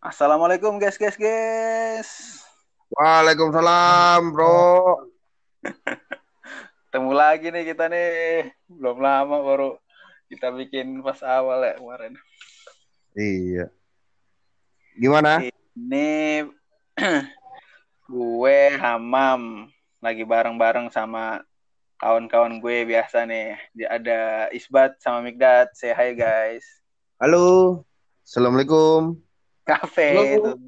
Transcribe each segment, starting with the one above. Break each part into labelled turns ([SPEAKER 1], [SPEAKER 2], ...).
[SPEAKER 1] Assalamualaikum guys.
[SPEAKER 2] Waalaikumsalam, bro.
[SPEAKER 1] Ketemu lagi nih kita nih. Belum lama baru kita bikin pas awal ya kemarin.
[SPEAKER 2] Iya. Gimana?
[SPEAKER 1] Ini gue Hamam lagi bareng-bareng sama kawan-kawan gue biasa nih. Ada Isbat sama Mikdad. Say hi guys.
[SPEAKER 2] Halo. Assalamualaikum.
[SPEAKER 1] Kafe itu.
[SPEAKER 3] Halo.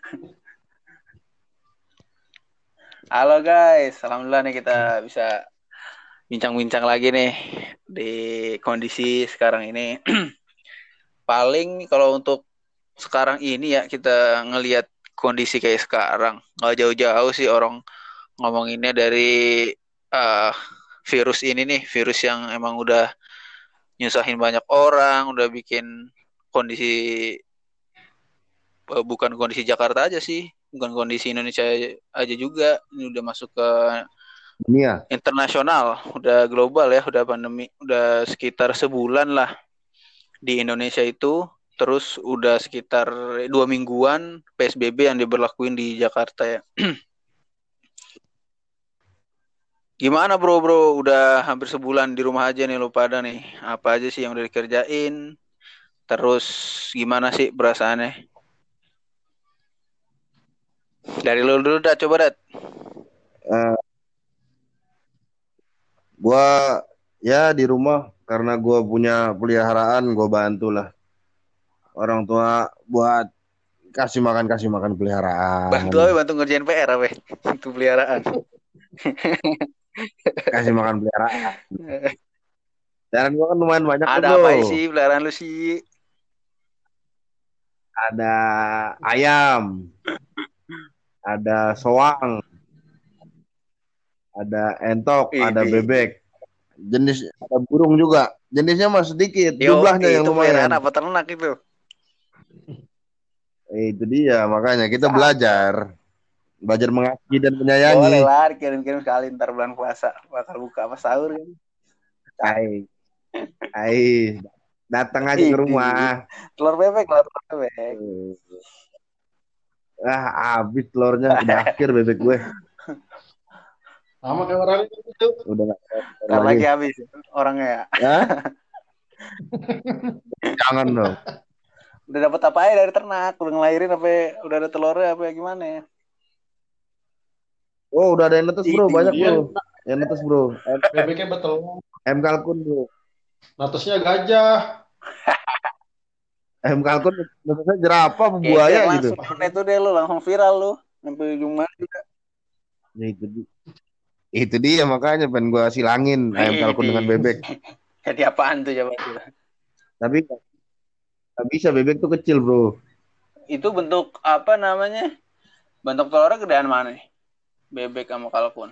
[SPEAKER 1] Halo guys. Alhamdulillah nih kita bisa bincang-bincang lagi nih di kondisi sekarang ini. Paling kalau untuk sekarang ini ya kita ngelihat kondisi kayak sekarang nggak jauh-jauh sih orang ngomonginnya dari eh, virus ini nih, virus yang emang udah nyusahin banyak orang, udah bikin kondisi bukan kondisi Jakarta aja sih, bukan kondisi Indonesia aja juga, ini udah masuk ke
[SPEAKER 2] Dunia.
[SPEAKER 1] internasional, udah global ya, udah pandemi, udah sekitar sebulan lah di Indonesia itu. Terus udah sekitar 2 mingguan PSBB yang diberlakuin di Jakarta ya. Gimana bro? Udah hampir sebulan di rumah aja nih lu pada nih. Apa aja sih yang udah dikerjain? Terus gimana sih perasaannya? Dari lu dulu dah, coba dah.
[SPEAKER 2] Eh, gua ya di rumah karena gua punya peliharaan, gua bantulah orang tua buat kasih makan
[SPEAKER 1] Bantu
[SPEAKER 2] peliharaan,
[SPEAKER 1] apa? Bantu ngerjain PR apa? Itu peliharaan.
[SPEAKER 2] kasih makan peliharaan. Dan gua kan lumayan banyak tuh,
[SPEAKER 1] Ada
[SPEAKER 2] bro.
[SPEAKER 1] apa aja sih peliharaan lu sih?
[SPEAKER 2] Ada ayam, ada soang, ada entok, ada
[SPEAKER 1] Ini.
[SPEAKER 2] bebek. Jenis ada burung juga. Jenisnya mah sedikit,
[SPEAKER 1] Yo,
[SPEAKER 2] jumlahnya yang
[SPEAKER 1] itu peliharaan
[SPEAKER 2] lumayan.
[SPEAKER 1] apa ternak itu?
[SPEAKER 2] Itu dia, makanya kita
[SPEAKER 1] Cakep.
[SPEAKER 2] belajar mengasihi dan
[SPEAKER 1] Boleh
[SPEAKER 2] menyayangi.
[SPEAKER 1] lah, kirim-kirim sekali ntar bulan puasa. Bakal buka apa sahur kan? Cakep.
[SPEAKER 2] Hai, hai, datang aja ke
[SPEAKER 1] Ini.
[SPEAKER 2] rumah.
[SPEAKER 1] Telur bebek.
[SPEAKER 2] Habis telurnya, udah akhir bebek gue.
[SPEAKER 3] Sama kayak orang itu.
[SPEAKER 2] Udah nggak ada telur
[SPEAKER 1] Ntar
[SPEAKER 2] lagi.
[SPEAKER 1] lagi habis orangnya ya.
[SPEAKER 2] Ya, jangan dong.
[SPEAKER 1] Udah dapat apa aja dari ternak? Udah ngelahirin apa? Udah ada telurnya apa gimana ya?
[SPEAKER 2] Oh, udah ada yang netes bro,
[SPEAKER 1] Ini.
[SPEAKER 2] banyak
[SPEAKER 3] Dia
[SPEAKER 2] bro. Yang netes bro.
[SPEAKER 3] bebeknya betul.
[SPEAKER 2] M kalkun bro.
[SPEAKER 3] Natusnya gajah.
[SPEAKER 2] M kalkun netesnya jerapah, apa
[SPEAKER 1] Geger
[SPEAKER 2] buaya gitu.
[SPEAKER 1] langsung itu deh lu langsung viral lu. Sampai ujung mana juga.
[SPEAKER 2] Ya, itu dia makanya pengen gue silangin ayam kalkun dengan
[SPEAKER 1] Ini.
[SPEAKER 2] bebek.
[SPEAKER 1] Jadi apaan tuh coba?
[SPEAKER 2] Tapi nggak bisa, bebek tuh kecil bro.
[SPEAKER 1] Itu bentuk apa namanya? Bentuk telurnya gedean mana nih? Bebek sama kalkun.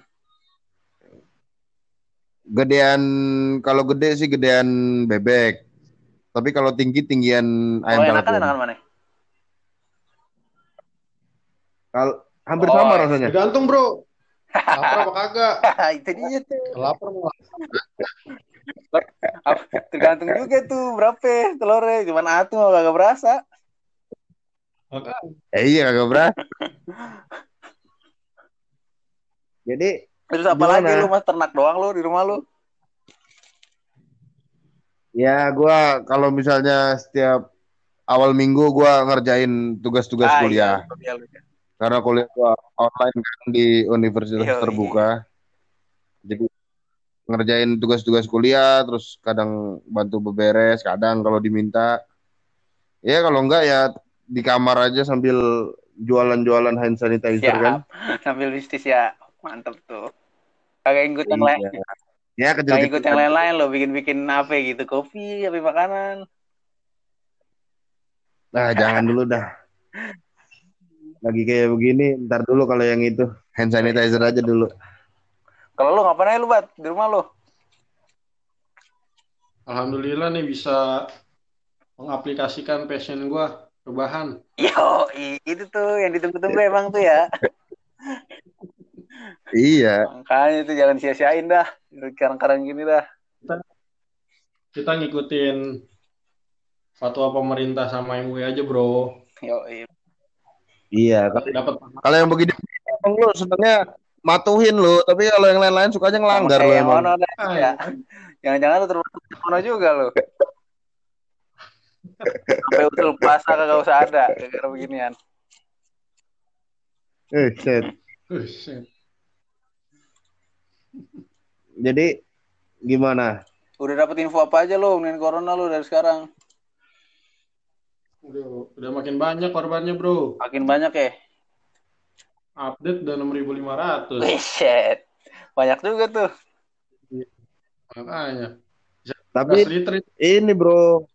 [SPEAKER 2] Gedean, kalau gede sih gedean bebek. Tapi kalau tinggi tinggian
[SPEAKER 1] Kalau
[SPEAKER 2] ayam
[SPEAKER 1] enakan
[SPEAKER 2] kalkun.
[SPEAKER 1] enakan mana?
[SPEAKER 2] Kalau hampir
[SPEAKER 1] Oh,
[SPEAKER 2] sama
[SPEAKER 1] ya.
[SPEAKER 2] rasanya.
[SPEAKER 3] Tergantung bro. Lapar apa kagak?
[SPEAKER 1] Itu dia tuh.
[SPEAKER 3] Kalau lapar mau.
[SPEAKER 1] Tergantung juga tuh berapa telurnya. Cuman atu mah kagak berasa.
[SPEAKER 3] Makan.
[SPEAKER 2] Iya kagak berat. Jadi
[SPEAKER 1] Terus apa lagi lu
[SPEAKER 2] gimana?
[SPEAKER 1] mas ternak doang lu di rumah lu?
[SPEAKER 2] Ya gua kalau misalnya setiap awal minggu gua ngerjain tugas-tugas
[SPEAKER 1] Ah iya
[SPEAKER 2] kuliah.
[SPEAKER 1] lu dia lu.
[SPEAKER 2] Karena kuliah gua online kan di universitas
[SPEAKER 1] Iya
[SPEAKER 2] terbuka.
[SPEAKER 1] iya.
[SPEAKER 2] Jadi ngerjain tugas-tugas kuliah, terus kadang bantu beberes, kadang kalau diminta. Ya kalau enggak ya di kamar aja sambil jualan-jualan hand sanitizer kan.
[SPEAKER 1] Siap. Sambil bisnis ya. Mantep tuh. Kagak ikut yang lain.
[SPEAKER 2] Iya. Ya
[SPEAKER 1] Kagak ikut yang
[SPEAKER 2] kecil-kecilan.
[SPEAKER 1] lain-lain lo bikin-bikin apa gitu. Kopi, apa makanan.
[SPEAKER 2] Nah, jangan dulu dah. Lagi kayak begini, ntar dulu kalau yang itu. Hand
[SPEAKER 1] Oh, iya,
[SPEAKER 2] sanitizer aja
[SPEAKER 1] mantep.
[SPEAKER 2] dulu.
[SPEAKER 1] Kalau lu ngapain aja lu bat di rumah lu?
[SPEAKER 3] Alhamdulillah nih bisa mengaplikasikan passion gua rebahan.
[SPEAKER 1] Yo, itu tuh yang ditunggu-tunggu emang tuh ya.
[SPEAKER 2] Iya.
[SPEAKER 1] Makanya itu jangan sia-siain dah. Sekarang-sekarang gini dah.
[SPEAKER 3] Kita, kita ngikutin fatwa pemerintah sama MUI aja bro.
[SPEAKER 1] Yo, iya.
[SPEAKER 2] Iya,
[SPEAKER 3] dapat
[SPEAKER 2] kalau yang begini emang lu senengnya matuhin lu, tapi kalau yang lain-lain sukanya
[SPEAKER 1] Sama
[SPEAKER 2] ngelanggar lu
[SPEAKER 1] kayak yang
[SPEAKER 2] emang.
[SPEAKER 1] ono dah.
[SPEAKER 3] ah,
[SPEAKER 1] Ya.
[SPEAKER 3] ya.
[SPEAKER 1] Jangan-jangan lu termasuk yang ono juga lu. Sampai usul puasa kagak usah ada gara-gara beginian.
[SPEAKER 2] Set.
[SPEAKER 3] Buset.
[SPEAKER 2] Jadi gimana?
[SPEAKER 1] Udah dapet info apa aja lu mengenai corona lu dari sekarang?
[SPEAKER 3] Udah makin banyak korbannya, Bro.
[SPEAKER 1] Makin banyak ya?
[SPEAKER 3] Update udah 6.500.
[SPEAKER 1] Wih, shit. Banyak juga tuh.
[SPEAKER 3] Makanya. Bisa
[SPEAKER 2] Tapi
[SPEAKER 3] 11 liter itu.
[SPEAKER 2] ini bro,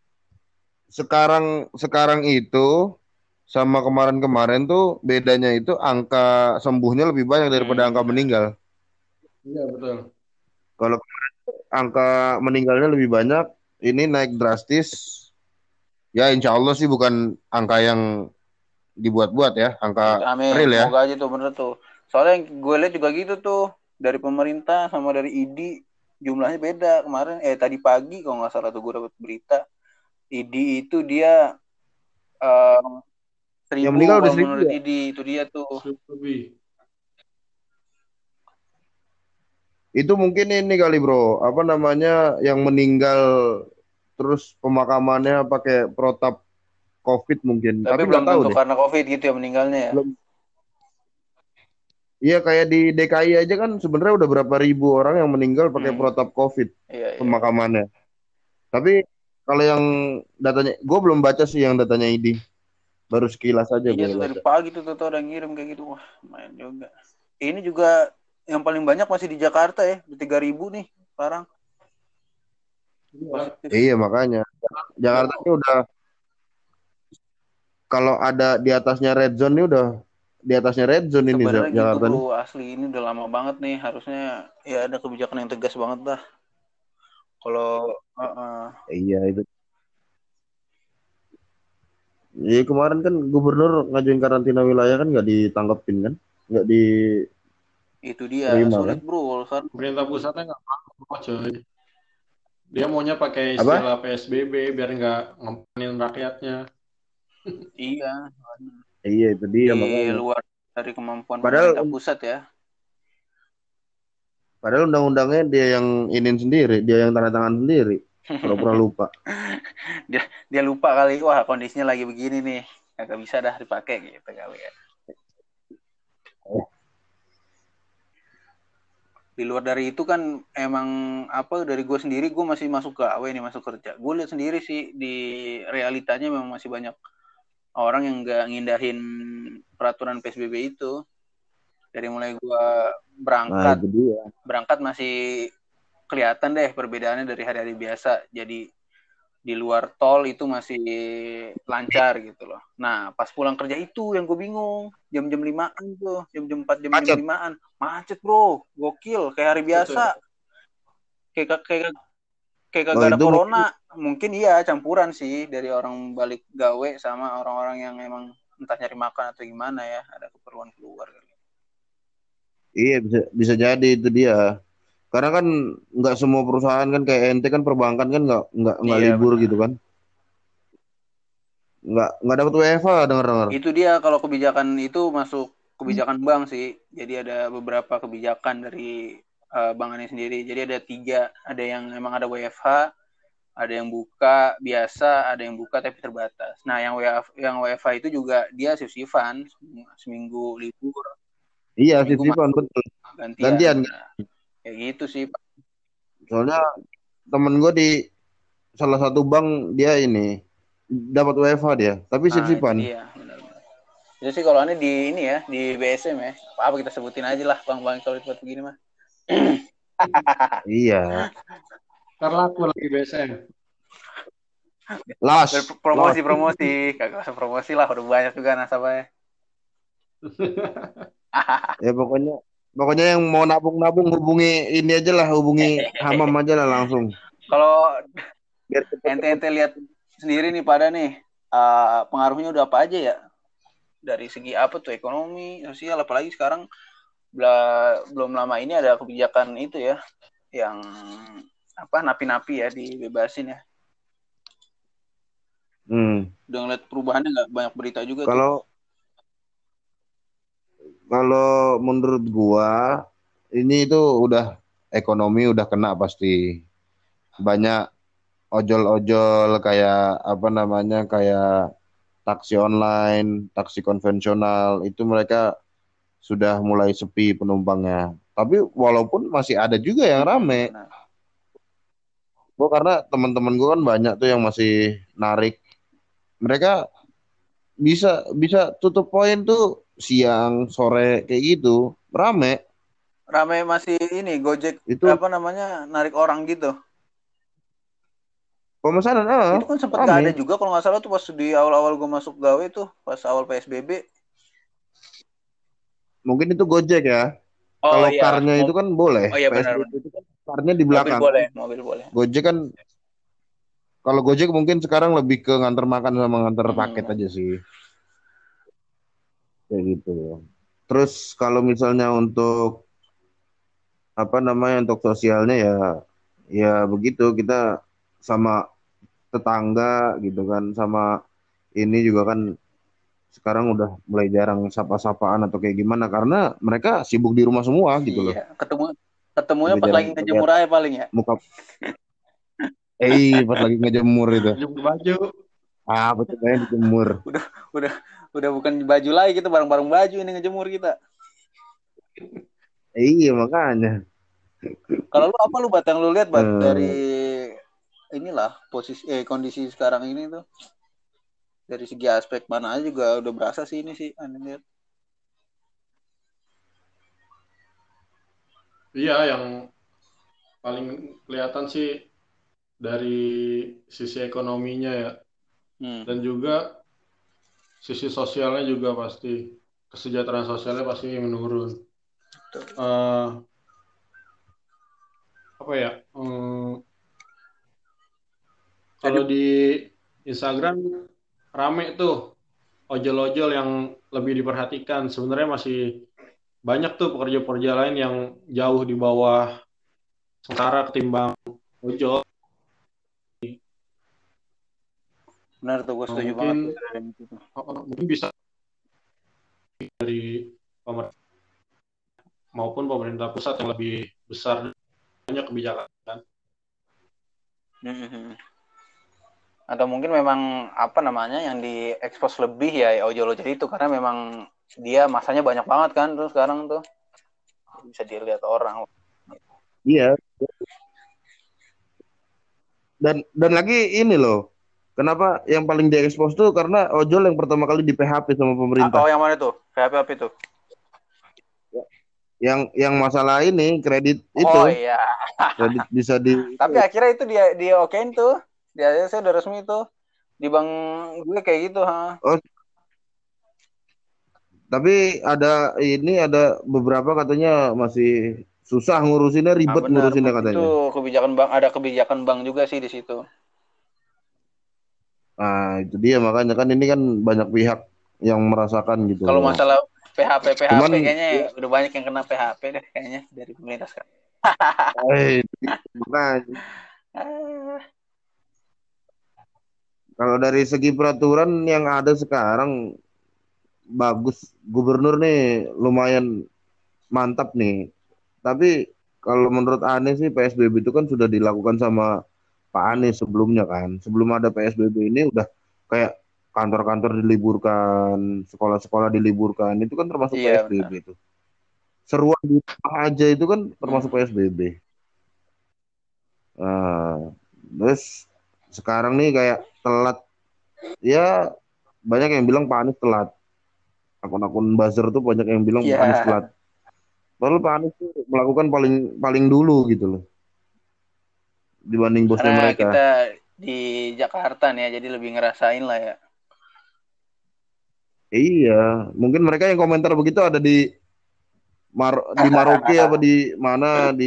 [SPEAKER 2] sekarang itu sama kemarin-kemarin tuh bedanya itu angka sembuhnya lebih banyak daripada angka
[SPEAKER 1] Benar.
[SPEAKER 2] meninggal.
[SPEAKER 3] Iya, betul.
[SPEAKER 2] Kalau angka meninggalnya lebih banyak, ini naik drastis. Ya insya Allah sih bukan angka yang dibuat-buat ya, angka
[SPEAKER 1] Amin,
[SPEAKER 2] real ya.
[SPEAKER 1] semoga aja tuh bener tuh. Soalnya yang gue lihat juga gitu tuh dari pemerintah sama dari ID jumlahnya beda. Kemarin tadi pagi kalau nggak salah tuh gue dapat berita ID itu dia eh,
[SPEAKER 2] Yang
[SPEAKER 1] 1.000
[SPEAKER 2] meninggal udah
[SPEAKER 1] kalau
[SPEAKER 2] 1.000
[SPEAKER 1] menurut
[SPEAKER 2] ya.
[SPEAKER 1] ID itu dia tuh.
[SPEAKER 3] 1000 lebih.
[SPEAKER 2] Itu mungkin ini kali bro, apa namanya yang meninggal terus pemakamannya pakai protap COVID mungkin.
[SPEAKER 1] Tapi
[SPEAKER 2] Tapi
[SPEAKER 1] belum
[SPEAKER 2] nggak tahu
[SPEAKER 1] tentu
[SPEAKER 2] deh.
[SPEAKER 1] karena COVID gitu ya meninggalnya ya.
[SPEAKER 2] Belum. Iya kayak di DKI aja kan sebenarnya udah berapa ribu orang yang meninggal pakai
[SPEAKER 1] Hmm.
[SPEAKER 2] protap COVID
[SPEAKER 1] Iya, iya.
[SPEAKER 2] pemakamannya. Tapi kalau yang datanya, gue belum baca sih yang datanya ID. Baru sekilas aja
[SPEAKER 1] Iya
[SPEAKER 2] gue
[SPEAKER 1] tuh dari
[SPEAKER 2] baca.
[SPEAKER 1] pagi tuh tuh udah ngirim kayak gitu. Wah, lumayan juga. Ini juga yang paling banyak masih di Jakarta ya, di 3.000 nih sekarang
[SPEAKER 3] Iya.
[SPEAKER 1] positif.
[SPEAKER 2] Iya makanya Jakarta ini udah kalau ada di atasnya red zone ini udah di atasnya red zone ini
[SPEAKER 1] Sebenarnya gitu
[SPEAKER 2] Jakarta
[SPEAKER 1] bro,
[SPEAKER 2] nih.
[SPEAKER 1] asli ini udah lama banget nih. Harusnya ya ada kebijakan yang tegas banget dah. Kalau
[SPEAKER 2] Iya itu. Iya kemarin kan gubernur ngajuin karantina wilayah kan nggak ditanggepin kan, nggak diterima
[SPEAKER 1] itu dia sulit
[SPEAKER 2] kan?
[SPEAKER 1] bro. Kan
[SPEAKER 3] Pemerintah pusatnya nggak mau, coy. Dia maunya pakai
[SPEAKER 2] Apa?
[SPEAKER 3] istilah PSBB biar nggak ngempanin rakyatnya.
[SPEAKER 1] iya,
[SPEAKER 2] Iya itu dia
[SPEAKER 1] di
[SPEAKER 2] makanya.
[SPEAKER 1] luar dari kemampuan
[SPEAKER 2] Padahal
[SPEAKER 1] pemerintah pusat ya.
[SPEAKER 2] padahal undang-undangnya dia yang inin sendiri, dia yang tanda tangan sendiri. Pura-pura lupa.
[SPEAKER 1] dia lupa kali, wah kondisinya lagi begini nih, nggak bisa dah dipakai gitu kali ya. Di luar dari itu kan emang apa dari gue sendiri gue masih masuk gawe nih, masuk kerja. Gue lihat sendiri sih di realitanya memang masih banyak orang yang nggak ngindahin peraturan PSBB itu. Dari mulai gue
[SPEAKER 2] Nah
[SPEAKER 1] berangkat
[SPEAKER 2] itu dia.
[SPEAKER 1] berangkat masih kelihatan deh perbedaannya dari hari-hari biasa. Jadi di luar tol itu masih lancar gitu loh. Nah pas pulang kerja itu yang gue bingung, jam-jam 5-an tuh, jam-jam 4, jam
[SPEAKER 2] Macet.
[SPEAKER 1] 5-an macet bro, gokil kayak hari biasa, kayak kayak kayak
[SPEAKER 2] Oh
[SPEAKER 1] kagak ada
[SPEAKER 2] itu mungkin
[SPEAKER 1] corona. Mungkin iya campuran sih dari orang balik gawe sama orang-orang yang emang entah nyari makan atau gimana ya, ada keperluan keluar kali.
[SPEAKER 2] iya bisa bisa jadi itu dia. Karena kan nggak semua perusahaan kan kayak ente kan perbankan kan nggak
[SPEAKER 1] Iya
[SPEAKER 2] libur
[SPEAKER 1] benar.
[SPEAKER 2] gitu kan. Nggak dapat WFH dengar-dengar.
[SPEAKER 1] Itu dia kalau kebijakan itu masuk kebijakan bank sih. Jadi ada beberapa kebijakan dari bank ini sendiri. Jadi ada 3, ada yang emang ada WFH, ada yang buka biasa, ada yang buka tapi terbatas. Nah, yang WFH itu juga dia shift-shiftan, seminggu libur,
[SPEAKER 2] Iya
[SPEAKER 1] seminggu
[SPEAKER 2] sip-sipan
[SPEAKER 1] masuk
[SPEAKER 2] betul.
[SPEAKER 1] gantian.
[SPEAKER 2] Gantian kan.
[SPEAKER 1] Nah, kayak gitu sih.
[SPEAKER 2] Soalnya temen gue di salah satu bank dia ini dapat WFH dia, tapi
[SPEAKER 1] Nah, itu
[SPEAKER 2] sip-sipan.
[SPEAKER 1] dia, benar-benar. Jadi sih kalau ini ya di BSM ya, apa kita sebutin aja lah bang kalau buat begini mah.
[SPEAKER 2] Iya.
[SPEAKER 3] Ntar laku lagi BSM.
[SPEAKER 2] Los.
[SPEAKER 1] Promosi, kagak usah promosi lah, udah banyak juga nasabahnya.
[SPEAKER 2] Ya pokoknya yang mau nabung-nabung hubungi ini aja lah, hubungi Hamam aja lah langsung.
[SPEAKER 1] Kalau
[SPEAKER 2] Biar cepet-cepet.
[SPEAKER 1] ente lihat sendiri nih pada nih, pengaruhnya udah apa aja ya? Dari segi apa tuh, ekonomi, sosial, apalagi sekarang belum lama ini ada kebijakan itu ya, yang apa napi-napi ya dibebasin ya.
[SPEAKER 2] Hmm.
[SPEAKER 1] Udah ngeliat perubahannya nggak, banyak berita juga tuh.
[SPEAKER 2] Kalau Kalau menurut gua ini itu udah ekonomi udah kena pasti. Banyak ojol-ojol kayak apa namanya kayak taksi online, taksi konvensional itu mereka sudah mulai sepi penumpangnya. Tapi walaupun masih ada juga yang rame.
[SPEAKER 1] Benar.
[SPEAKER 2] Gua karena teman-teman gua kan banyak tuh yang masih narik. Mereka bisa bisa tutup poin tuh siang, sore kayak gitu. Rame.
[SPEAKER 1] Rame masih ini Gojek
[SPEAKER 2] Itu
[SPEAKER 1] apa namanya narik orang gitu.
[SPEAKER 2] pemesanan
[SPEAKER 1] Itu kan sempat gak ada
[SPEAKER 2] rame.
[SPEAKER 1] juga kalau nggak salah tuh pas di awal-awal gue masuk gawe tuh pas awal PSBB.
[SPEAKER 2] Mungkin itu Gojek ya.
[SPEAKER 1] Oh
[SPEAKER 2] Kalau
[SPEAKER 1] iya,
[SPEAKER 2] karnya itu kan boleh.
[SPEAKER 1] oh iya benar
[SPEAKER 2] PSBB
[SPEAKER 1] benar.
[SPEAKER 2] itu kan karnya di
[SPEAKER 1] Mobil
[SPEAKER 2] belakang.
[SPEAKER 1] boleh, mobil boleh.
[SPEAKER 2] Gojek kan kalau Gojek mungkin sekarang lebih ke nganter makan sama nganter paket
[SPEAKER 1] Hmm.
[SPEAKER 2] aja sih. Kayak gitu. Terus kalau misalnya untuk apa namanya untuk sosialnya ya ya begitu kita sama tetangga gitu kan sama ini juga kan sekarang udah mulai jarang sapa-sapaan atau kayak gimana karena mereka sibuk di rumah semua gitu loh.
[SPEAKER 1] Iya, ketemunya
[SPEAKER 2] Udah
[SPEAKER 1] pas
[SPEAKER 2] jarang
[SPEAKER 1] lagi
[SPEAKER 2] lihat
[SPEAKER 1] ngejemur aja paling ya.
[SPEAKER 2] muka pas lagi ngejemur itu.
[SPEAKER 3] Jemur baju.
[SPEAKER 2] Ah, betul banget dijemur.
[SPEAKER 1] Udah udah udah bukan baju lagi kita bareng-bareng baju ini ngejemur kita.
[SPEAKER 2] Iya, makanya.
[SPEAKER 1] Kalau lu apa lu Bat yang lu lihat Bat dari
[SPEAKER 2] Eh,
[SPEAKER 1] inilah posisi kondisi sekarang ini tuh dari segi aspek mana aja juga udah berasa sih ini sih aneh lihat.
[SPEAKER 3] Iya, yang paling kelihatan sih dari sisi ekonominya ya. Dan
[SPEAKER 1] Hmm.
[SPEAKER 3] juga sisi sosialnya juga pasti. Kesejahteraan sosialnya pasti menurun. Eh, apa ya?
[SPEAKER 1] Jadi
[SPEAKER 3] Kalau di Instagram rame tuh ojol-ojol yang lebih diperhatikan. Sebenarnya masih banyak tuh pekerja-pekerja lain yang jauh di bawah setara ketimbang ojol.
[SPEAKER 1] benar tuh gue setuju banget tuh
[SPEAKER 3] Mungkin
[SPEAKER 1] dengan itu.
[SPEAKER 3] mungkin bisa dari pemerintah maupun pemerintah pusat yang lebih besar banyak kebijakan.
[SPEAKER 1] Hmm. Atau mungkin memang apa namanya yang diekspos lebih ya ojol-ojol itu karena memang dia masanya banyak banget kan tuh sekarang tuh bisa dilihat orang.
[SPEAKER 2] iya. Dan lagi ini loh. Kenapa yang paling diekspos tuh karena ojol yang pertama kali di PHP sama
[SPEAKER 1] Oh
[SPEAKER 2] pemerintah.
[SPEAKER 1] yang mana tuh? PHP apa itu?
[SPEAKER 2] Yang masalah ini kredit
[SPEAKER 1] Oh
[SPEAKER 2] itu
[SPEAKER 1] iya.
[SPEAKER 2] kredit bisa di
[SPEAKER 1] Tapi akhirnya itu dia okein tuh. Dia saya udah resmi tuh di bank gue kayak gitu, ha.
[SPEAKER 2] oh tapi ada beberapa katanya masih susah ngurusinnya
[SPEAKER 1] Nah,
[SPEAKER 2] ribet
[SPEAKER 1] benar.
[SPEAKER 2] ngurusinnya
[SPEAKER 1] Itu
[SPEAKER 2] katanya.
[SPEAKER 1] kebijakan bank ada kebijakan bank juga sih di situ.
[SPEAKER 2] Nah, itu dia makanya kan ini kan banyak pihak yang merasakan gitu
[SPEAKER 1] Kalau
[SPEAKER 2] loh.
[SPEAKER 1] masalah PHP
[SPEAKER 2] Cuman
[SPEAKER 1] kayaknya udah banyak yang kena PHP deh kayaknya dari pemerintah sekarang.
[SPEAKER 2] makanya
[SPEAKER 1] Ah,
[SPEAKER 2] kalau dari segi peraturan yang ada sekarang bagus gubernur nih lumayan mantap nih. Tapi kalau menurut Anies sih PSBB itu kan sudah dilakukan sama Pak Anies sebelumnya kan. Sebelum ada PSBB ini udah kayak kantor-kantor diliburkan, sekolah-sekolah diliburkan. Itu kan termasuk
[SPEAKER 1] iya
[SPEAKER 2] PSBB
[SPEAKER 1] benar.
[SPEAKER 2] itu. Seruan di rumah aja itu kan termasuk
[SPEAKER 1] Hmm.
[SPEAKER 2] PSBB. Nah, terus sekarang nih kayak telat. Ya banyak yang bilang Pak Anies telat. Akun-akun buzzer tuh banyak yang bilang Pak Anies telat.
[SPEAKER 1] Iya.
[SPEAKER 2] Padahal Pak Anies tuh melakukan paling paling dulu gitu loh dibanding bosnya
[SPEAKER 1] Karena kita
[SPEAKER 2] mereka.
[SPEAKER 1] di Jakarta nih ya, jadi lebih ngerasain lah ya.
[SPEAKER 2] Iya, mungkin mereka yang komentar begitu ada di Maroke apa di mana di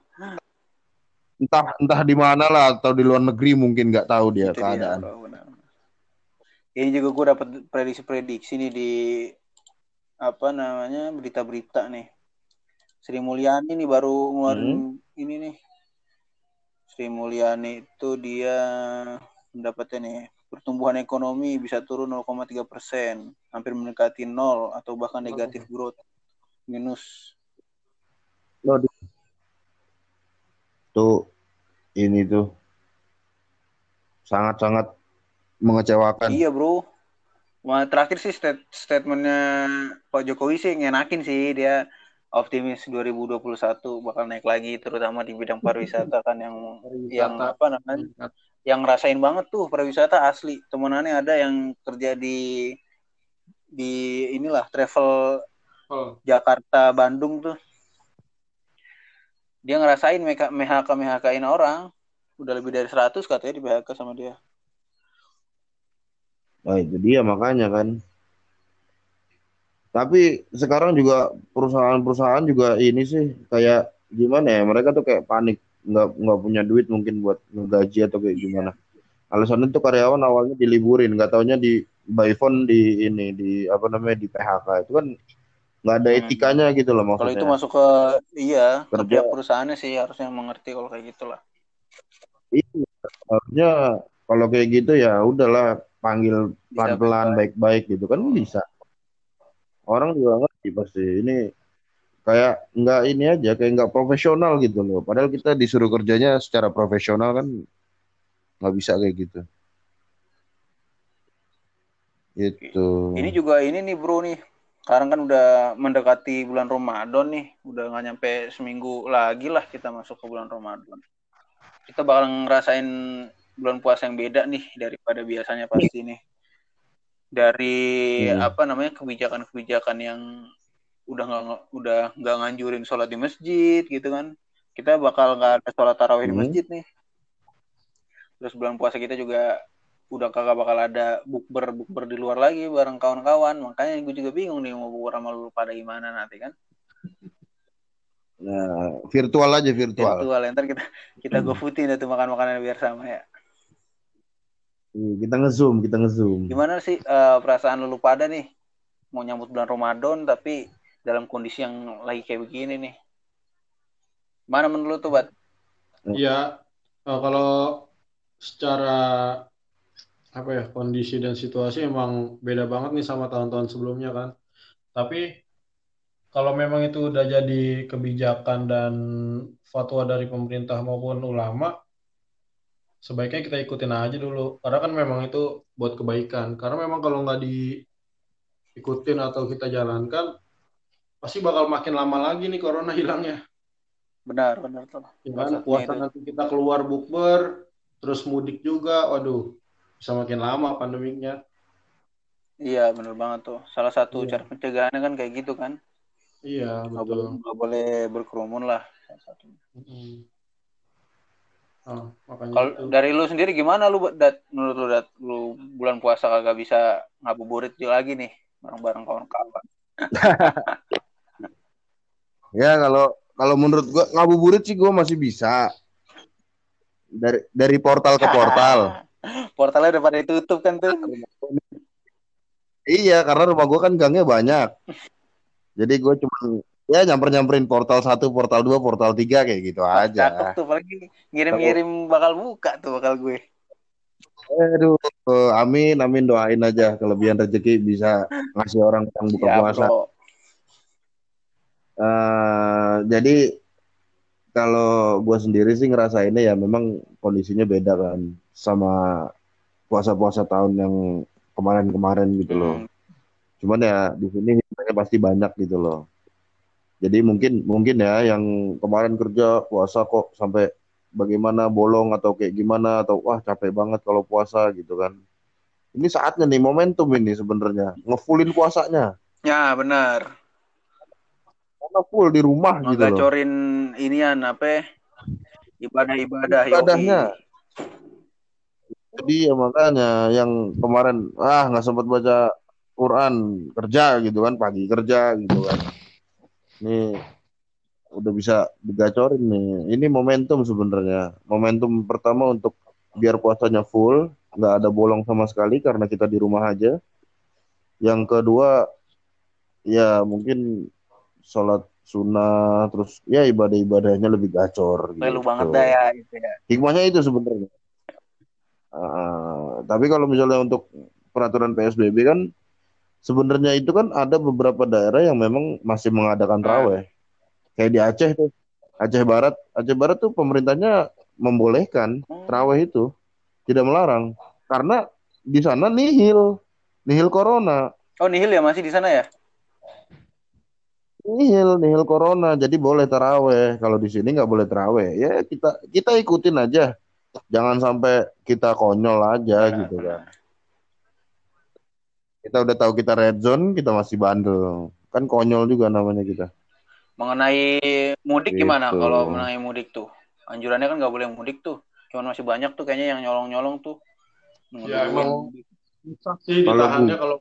[SPEAKER 2] entah entah di mana lah atau di luar negeri mungkin nggak tahu dia
[SPEAKER 1] Itu dia,
[SPEAKER 2] keadaan.
[SPEAKER 1] bro. Benar. Ini juga gue dapat prediksi-prediksi nih di apa namanya berita-berita nih. Sri Mulyani nih baru ngeluarin
[SPEAKER 2] Hmm.
[SPEAKER 1] ini nih. Sri Mulyani itu dia mendapatnya nih pertumbuhan ekonomi bisa turun 0,3%, hampir mendekati nol atau bahkan negatif growth. minus.
[SPEAKER 2] Waduh, tuh ini tuh sangat-sangat mengecewakan.
[SPEAKER 1] Iya bro. Terakhir sih statementnya Pak Jokowi sih ngenakin sih, dia optimis 2021 bakal naik lagi, terutama di bidang pariwisata kan yang
[SPEAKER 3] Pariwisata
[SPEAKER 1] apa namanya,
[SPEAKER 3] meningkat.
[SPEAKER 1] yang ngerasain banget tuh pariwisata asli. Temenannya ada yang kerja di inilah travel
[SPEAKER 3] Oh,
[SPEAKER 1] Jakarta Bandung tuh, dia ngerasain MHK-in orang, udah lebih dari 100 katanya di PHK sama dia.
[SPEAKER 2] Nah itu dia makanya kan. Tapi sekarang juga perusahaan-perusahaan juga ini sih kayak gimana ya? Mereka tuh kayak panik, nggak punya duit mungkin buat ngegaji atau kayak gimana. Alasannya tuh karyawan awalnya diliburin, nggak taunya di by phone di ini di apa namanya di PHK itu kan nggak ada
[SPEAKER 1] Hmm.
[SPEAKER 2] etikanya gitu loh
[SPEAKER 1] Kalau itu
[SPEAKER 2] maksudnya.
[SPEAKER 1] masuk ke, iya, ke
[SPEAKER 2] Kerja
[SPEAKER 1] pihak perusahaannya sih harusnya mengerti kalau kayak gitulah.
[SPEAKER 2] ini harusnya kalau kayak gitu ya udahlah panggil
[SPEAKER 1] Bisa
[SPEAKER 2] pelan-pelan
[SPEAKER 1] baik-baik.
[SPEAKER 2] baik-baik gitu kan
[SPEAKER 1] Betul.
[SPEAKER 2] bisa. Orang juga ngerti pasti ini kayak nggak ini aja kayak nggak profesional gitu loh. Padahal kita disuruh kerjanya secara profesional kan nggak bisa kayak gitu. Itu.
[SPEAKER 1] Ini juga ini nih bro nih. Sekarang kan udah mendekati bulan Ramadan nih. Udah nggak nyampe seminggu lagi lah kita masuk ke bulan Ramadan. Kita bakal ngerasain bulan puasa yang beda nih daripada biasanya pasti nih. Dari
[SPEAKER 2] Hmm.
[SPEAKER 1] apa namanya, kebijakan-kebijakan yang udah nggak nganjurin sholat di masjid gitu kan. Kita bakal nggak ada sholat tarawih di
[SPEAKER 2] Hmm.
[SPEAKER 1] masjid nih. Terus bulan puasa kita juga udah kagak bakal ada bukber di luar lagi bareng kawan-kawan. Makanya gue juga bingung nih mau bukber sama lu pada gimana nanti kan.
[SPEAKER 2] Nah, virtual aja virtual.
[SPEAKER 1] Virtual, ntar kita go footin itu makan makanan biar sama ya.
[SPEAKER 2] Kita ngezoom, kita ngezoom.
[SPEAKER 1] Gimana sih perasaan lu pada nih mau nyambut bulan Ramadan tapi dalam kondisi yang lagi kayak begini nih? Mana menurut tuh, Bat?
[SPEAKER 3] iya. Kalau secara apa ya kondisi dan situasi emang beda banget nih sama tahun-tahun sebelumnya kan. Tapi kalau memang itu udah jadi kebijakan dan fatwa dari pemerintah maupun ulama, sebaiknya kita ikutin aja dulu. Karena kan memang itu buat kebaikan. Karena memang kalau nggak diikutin atau kita jalankan, pasti bakal makin lama lagi nih corona hilangnya.
[SPEAKER 1] Benar, benar tuh.
[SPEAKER 3] Ya
[SPEAKER 1] Salah
[SPEAKER 3] kan,
[SPEAKER 1] satunya
[SPEAKER 3] puasa
[SPEAKER 1] itu.
[SPEAKER 3] nanti kita keluar bukber, terus mudik juga, waduh, bisa makin lama pandemiknya.
[SPEAKER 1] Iya, benar banget tuh. Salah satu cara
[SPEAKER 3] Iya,
[SPEAKER 1] pencegahannya kan kayak gitu kan.
[SPEAKER 3] iya betul.
[SPEAKER 1] Nggak boleh berkerumun lah. Salah satunya.
[SPEAKER 3] Mm-mm. Ah, makanya
[SPEAKER 1] Kalau
[SPEAKER 3] itu.
[SPEAKER 1] dari lu sendiri gimana lu, Dat? Menurut lu, Dat, lu bulan puasa kagak bisa ngabuburit lagi nih bareng-bareng kawan-kawan.
[SPEAKER 2] Ya kalau kalau menurut gua ngabuburit sih gua masih bisa dari portal ke portal.
[SPEAKER 1] Portalnya udah pada ditutup kan tuh.
[SPEAKER 2] Iya, karena rumah gua kan gangnya banyak. Jadi gua cuma ya nyamperin portal satu, portal dua, portal tiga kayak gitu
[SPEAKER 1] Wah,
[SPEAKER 2] aja.
[SPEAKER 1] cakep tuh. Apalagi
[SPEAKER 2] Kalau
[SPEAKER 1] ngirim-ngirim bakal buka tuh bakal gue.
[SPEAKER 2] aduh, amin amin doain aja kelebihan rezeki bisa ngasih orang yang buka
[SPEAKER 1] Siap,
[SPEAKER 2] puasa.
[SPEAKER 1] bro.
[SPEAKER 2] Jadi kalau gue sendiri sih ngerasainnya ya memang kondisinya beda kan sama puasa-puasa tahun yang kemarin-kemarin gitu loh.
[SPEAKER 1] Hmm.
[SPEAKER 2] Cuman ya di sini hikmahnya pasti banyak gitu loh. Jadi mungkin mungkin ya yang kemarin kerja puasa kok sampai bagaimana bolong atau kayak gimana atau wah capek banget kalau puasa gitu kan. Ini saatnya nih momentum ini sebenarnya ngefullin puasanya.
[SPEAKER 1] Ya, benar.
[SPEAKER 2] Karena full di rumah gitu loh.
[SPEAKER 1] Ngegacorin inian apa ya, ibadah-ibadah yoi.
[SPEAKER 2] Ibadahnya. Jadi ya makanya yang kemarin nggak sempat baca Quran kerja gitu kan pagi kerja gitu kan. Ini udah bisa digacorin nih. Ini momentum sebenarnya. Momentum pertama untuk biar puasanya full, nggak ada bolong sama sekali karena kita di rumah aja. Yang kedua ya mungkin sholat sunnah terus ya ibadah-ibadahnya lebih gacor
[SPEAKER 1] Lu banget dah
[SPEAKER 2] gitu.
[SPEAKER 1] ya itu ya.
[SPEAKER 2] Hikmahnya itu sebenarnya. Tapi kalau misalnya untuk peraturan PSBB kan sebenarnya itu kan ada beberapa daerah yang memang masih mengadakan
[SPEAKER 1] Nah,
[SPEAKER 2] raweh. Kayak di Aceh tuh, Aceh Barat tuh pemerintahnya membolehkan raweh itu, tidak melarang karena di sana nihil corona,
[SPEAKER 1] oh nihil ya masih di sana ya?
[SPEAKER 2] nihil corona, jadi boleh taraweh. Kalau di sini nggak boleh taraweh, ya kita kita ikutin aja, jangan sampai kita konyol aja gitu kan.
[SPEAKER 1] Benar-benar.
[SPEAKER 2] Kita udah tahu kita red zone, kita masih bandel, kan konyol juga namanya kita.
[SPEAKER 1] Mengenai mudik gimana
[SPEAKER 2] Gitu.
[SPEAKER 1] kalau mengenai mudik tuh? Anjurannya kan nggak boleh mudik tuh. Cuman masih banyak tuh kayaknya yang nyolong-nyolong tuh.
[SPEAKER 3] Ya
[SPEAKER 1] Duluin
[SPEAKER 3] emang
[SPEAKER 1] mudik.
[SPEAKER 3] susah sih
[SPEAKER 2] Kalau
[SPEAKER 3] ditahannya
[SPEAKER 2] gua,
[SPEAKER 3] kalau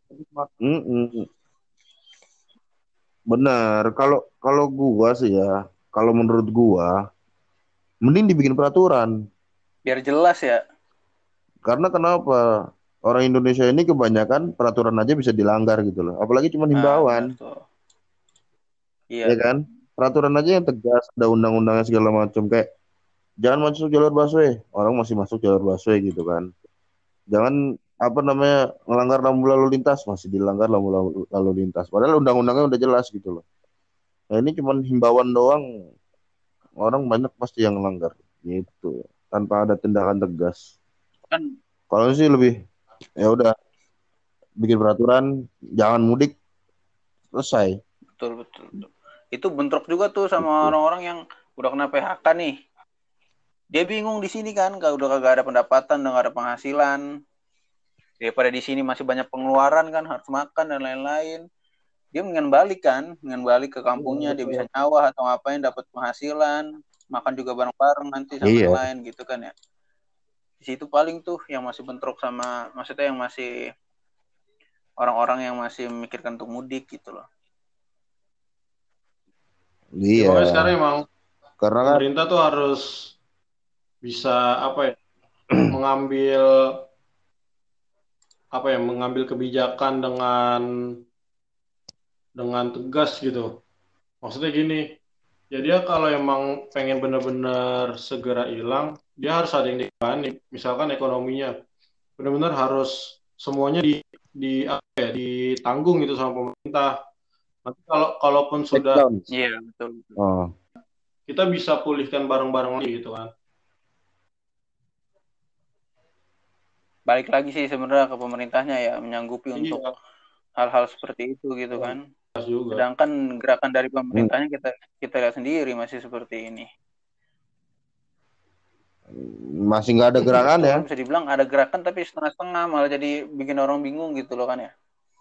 [SPEAKER 2] benar. Kalau kalau gua sih ya, kalau menurut gua, mending dibikin peraturan.
[SPEAKER 1] Biar jelas ya.
[SPEAKER 2] Karena kenapa? Orang Indonesia ini kebanyakan peraturan aja bisa dilanggar gitu loh. Apalagi cuma
[SPEAKER 1] Nah, benar
[SPEAKER 2] himbauan,
[SPEAKER 1] tuh.
[SPEAKER 2] ya
[SPEAKER 1] Iya tuh.
[SPEAKER 2] kan? Peraturan aja yang tegas, ada undang-undangnya segala macam. Kayak jangan masuk jalur busway, orang masih masuk jalur busway gitu kan. Jangan apa namanya melanggar lampu lalu lintas, masih dilanggar lalu lintas. Padahal undang-undangnya udah jelas gitu loh. Nah ini cuma himbauan doang, orang banyak pasti yang melanggar gitu, tanpa ada tindakan tegas.
[SPEAKER 1] Kan
[SPEAKER 2] Kalau sih lebih ya udah bikin peraturan, jangan mudik, selesai
[SPEAKER 1] betul, betul, betul. Itu bentrok juga tuh sama
[SPEAKER 2] gitu.
[SPEAKER 1] orang-orang yang udah kena PHK nih. Dia bingung di sini kan, kalau udah kagak ada pendapatan, udah gak ada penghasilan. Daripada di sini masih banyak pengeluaran kan, harus makan dan lain-lain. Dia mendingan balik ke kampungnya, dia bisa nyawa atau ngapain, dapat penghasilan, makan juga bareng-bareng nanti sama yang
[SPEAKER 2] Iya,
[SPEAKER 1] lain gitu kan ya. Di situ paling tuh yang masih bentrok sama, maksudnya yang masih orang-orang yang masih memikirkan untuk mudik gitu loh.
[SPEAKER 3] ya
[SPEAKER 2] iya,
[SPEAKER 3] makanya sekarang emang
[SPEAKER 2] karena kan
[SPEAKER 3] pemerintah tuh harus bisa apa ya mengambil mengambil kebijakan dengan tegas gitu. Maksudnya gini, ya dia kalau emang pengen benar-benar segera hilang, dia harus ada yang dibanding. Misalkan ekonominya benar-benar harus semuanya ditanggung gitu sama pemerintah. Nanti kalaupun
[SPEAKER 2] take
[SPEAKER 3] sudah
[SPEAKER 2] down.
[SPEAKER 1] Iya, betul, betul.
[SPEAKER 2] Oh,
[SPEAKER 3] kita bisa pulihkan bareng-bareng lagi gitu kan.
[SPEAKER 1] Balik lagi sih sebenarnya ke pemerintahnya ya, menyanggupi untuk
[SPEAKER 3] Iya,
[SPEAKER 1] hal-hal seperti itu gitu kan.
[SPEAKER 3] jelas juga.
[SPEAKER 1] Sedangkan gerakan dari
[SPEAKER 2] hmm,
[SPEAKER 1] pemerintahnya kita kita lihat sendiri masih seperti ini.
[SPEAKER 2] masih nggak ada gerakan ya.
[SPEAKER 1] Betul, bisa dibilang ada gerakan tapi setengah-setengah, malah jadi bikin orang bingung gitu loh kan ya.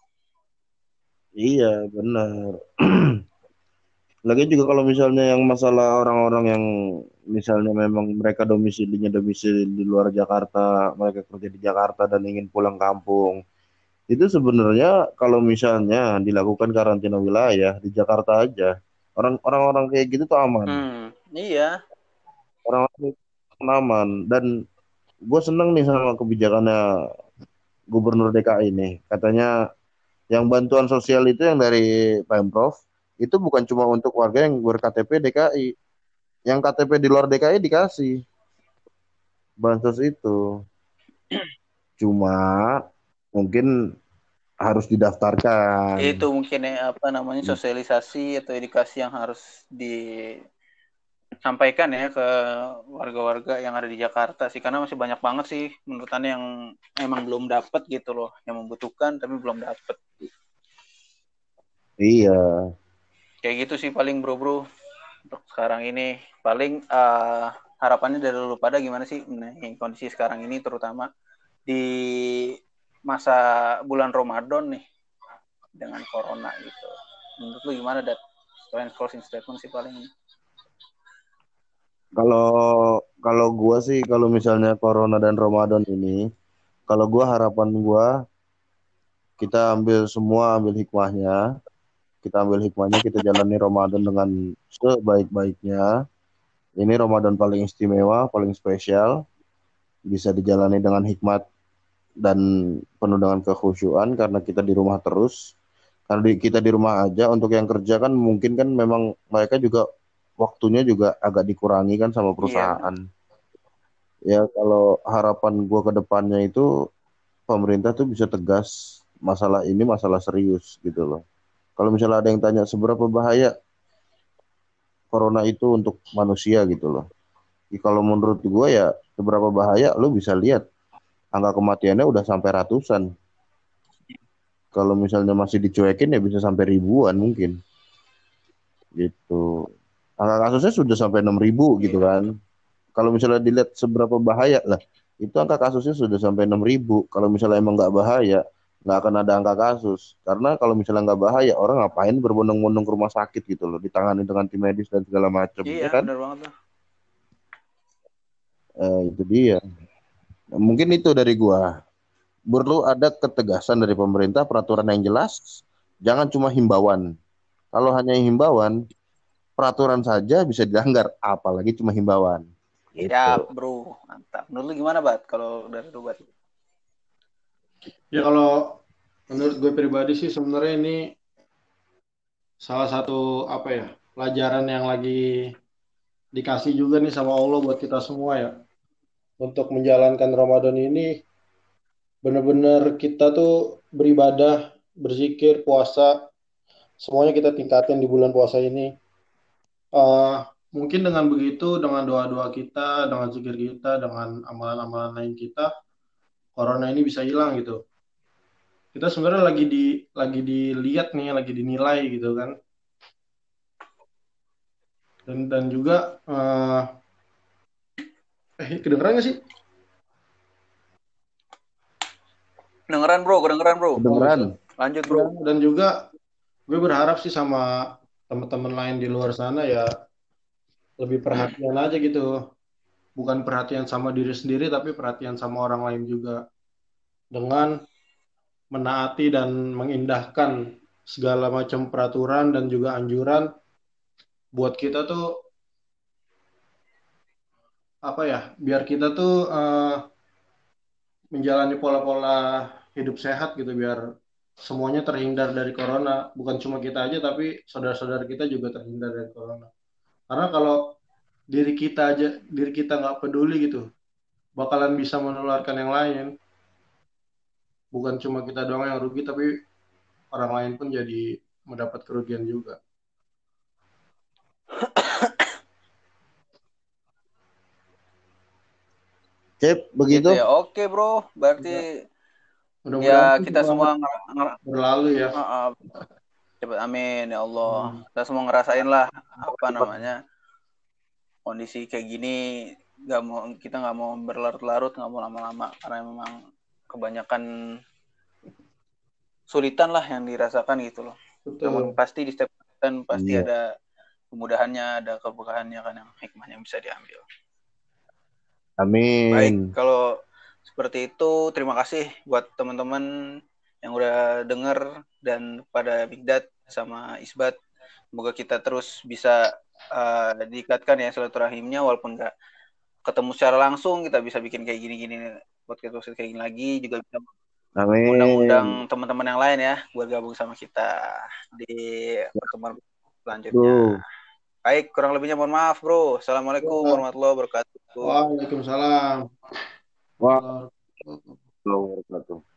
[SPEAKER 2] Iya, benar. Lagi juga kalau misalnya yang masalah orang-orang yang misalnya memang mereka domisili di luar Jakarta, mereka kerja di Jakarta dan ingin pulang kampung. Itu sebenarnya kalau misalnya dilakukan karantina wilayah di Jakarta aja, orang-orang kayak gitu tuh aman.
[SPEAKER 1] Iya.
[SPEAKER 2] Orang-orang itu aman dan gue seneng nih sama kebijakannya Gubernur DKI ini. Katanya yang bantuan sosial itu yang dari Pemprov itu bukan cuma untuk warga yang ber-KTP DKI. Yang KTP di luar DKI dikasih bansos itu. Cuma mungkin harus didaftarkan.
[SPEAKER 1] Itu mungkin ya, apa namanya, sosialisasi atau edukasi yang harus disampaikan ya ke warga-warga yang ada di Jakarta sih, karena masih banyak banget sih menurut Anda yang emang belum dapat gitu loh, yang membutuhkan tapi belum dapat.
[SPEAKER 2] Iya,
[SPEAKER 1] Kayak gitu sih paling bro untuk sekarang ini. Paling harapannya dari lu pada gimana sih mengenai kondisi sekarang ini, terutama di masa bulan Ramadan nih dengan corona gitu. Menurut lu gimana, Dat? Selain closing statement sih paling.
[SPEAKER 2] kalau kalau gua sih kalau misalnya Corona dan Ramadan ini, kalau gua harapan gua kita ambil hikmahnya, kita jalani Ramadan dengan sebaik-baiknya. Ini Ramadan paling istimewa, paling spesial, bisa dijalani dengan hikmat dan penuh dengan kekhusyuan karena kita di rumah terus. Karena kita di rumah aja, untuk yang kerja kan mungkin kan memang mereka juga waktunya juga agak dikurangi kan sama
[SPEAKER 1] Iya benar.
[SPEAKER 2] perusahaan. Ya kalau harapan gue ke depannya itu pemerintah tuh bisa tegas masalah ini masalah serius gitu loh. Kalau misalnya ada yang tanya seberapa bahaya corona itu untuk manusia gitu loh. Kalau menurut gue ya seberapa bahaya lo bisa lihat angka kematiannya udah sampai ratusan. Kalau misalnya masih dicuekin ya bisa sampai ribuan mungkin gitu. Angka kasusnya sudah sampai 6.000 gitu kan. Kalau misalnya dilihat seberapa bahaya lah, itu angka kasusnya sudah sampai 6.000. Kalau misalnya emang nggak bahaya, nggak akan ada angka kasus. Karena kalau misalnya nggak bahaya, orang ngapain berbondong-bondong ke rumah sakit gitu loh, ditangani dengan tim medis dan segala macam,
[SPEAKER 1] Iya,
[SPEAKER 2] ya kan?
[SPEAKER 1] benar banget tuh.
[SPEAKER 2] Itu dia. Nah, mungkin itu dari gua. Perlu ada ketegasan dari pemerintah, peraturan yang jelas, jangan cuma himbauan. Kalau hanya himbauan, peraturan saja bisa dilanggar, apalagi cuma himbauan.
[SPEAKER 1] Siap,
[SPEAKER 2] Gitu.
[SPEAKER 1] bro. Mantap. Menurut lu gimana, Bat? Kalau dari lu, Bat?
[SPEAKER 3] Ya kalau menurut gue pribadi sih sebenarnya ini salah satu apa ya, pelajaran yang lagi dikasih juga nih sama Allah buat kita semua ya. Untuk menjalankan Ramadan ini benar-benar kita tuh beribadah, berzikir, puasa, semuanya kita tingkatin di bulan puasa ini. Eh, Mungkin dengan begitu, dengan doa-doa kita, dengan zikir kita, dengan amalan-amalan lain kita, corona ini bisa hilang gitu. Kita sebenarnya lagi dilihat nih, lagi dinilai gitu kan. Dan juga kedengeran nggak sih?
[SPEAKER 1] Kedengeran, bro. Kedengeran, bro.
[SPEAKER 3] Oh,
[SPEAKER 2] Kedengeran?
[SPEAKER 1] Lanjut,
[SPEAKER 3] ya,
[SPEAKER 1] bro.
[SPEAKER 3] dan juga gue berharap sih sama teman-teman lain di luar sana ya lebih perhatian aja gitu. Bukan perhatian sama diri sendiri, tapi perhatian sama orang lain juga. Dengan menaati dan mengindahkan segala macam peraturan dan juga anjuran buat kita tuh apa ya? Biar kita tuh menjalani pola-pola hidup sehat gitu biar semuanya terhindar dari corona. Bukan cuma kita aja tapi saudara-saudara kita juga terhindar dari corona. Karena kalau diri kita nggak peduli gitu, bakalan bisa menularkan yang lain. Bukan cuma kita doang yang rugi tapi orang lain pun jadi mendapat kerugian juga.
[SPEAKER 2] Cep,
[SPEAKER 1] Gitu
[SPEAKER 2] begitu?
[SPEAKER 1] ya. Oke, bro. Berarti
[SPEAKER 3] Ya, mudah-mudahan
[SPEAKER 1] ya
[SPEAKER 3] sih
[SPEAKER 1] kita
[SPEAKER 3] semua
[SPEAKER 1] semua
[SPEAKER 3] berlalu ya.
[SPEAKER 1] cepet amin ya Allah.
[SPEAKER 3] Hmm.
[SPEAKER 1] Kita semua ngerasain lah apa namanya kondisi kayak gini. Kita nggak mau berlarut-larut, nggak mau lama-lama karena memang kebanyakan sulitan lah yang dirasakan gitu loh. Namun
[SPEAKER 3] Betul.
[SPEAKER 1] pasti di setiap kesulitan pasti
[SPEAKER 2] Iya.
[SPEAKER 1] ada kemudahannya, ada keberkahannya kan yang hikmahnya bisa diambil. Baik,
[SPEAKER 2] Amin.
[SPEAKER 1] kalau seperti itu terima kasih buat teman-teman yang udah denger dan pada Bigdat sama Isbat. Semoga kita terus bisa diikatkan ya silaturahimnya walaupun nggak ketemu secara langsung kita bisa bikin kayak gini-gini podcast kayak gini lagi juga bisa undang-undang
[SPEAKER 2] Amin.
[SPEAKER 1] teman-teman yang lain ya buat gabung sama kita di pertemuan selanjutnya.
[SPEAKER 2] Tuh.
[SPEAKER 1] Baik, kurang lebihnya mohon maaf, Bro. Assalamualaikum
[SPEAKER 3] Ya.
[SPEAKER 1] warahmatullahi wabarakatuh.
[SPEAKER 3] Waalaikumsalam.
[SPEAKER 2] Wah,
[SPEAKER 3] Warahmatullahi wabarakatuh.
[SPEAKER 2] wabarakatuh.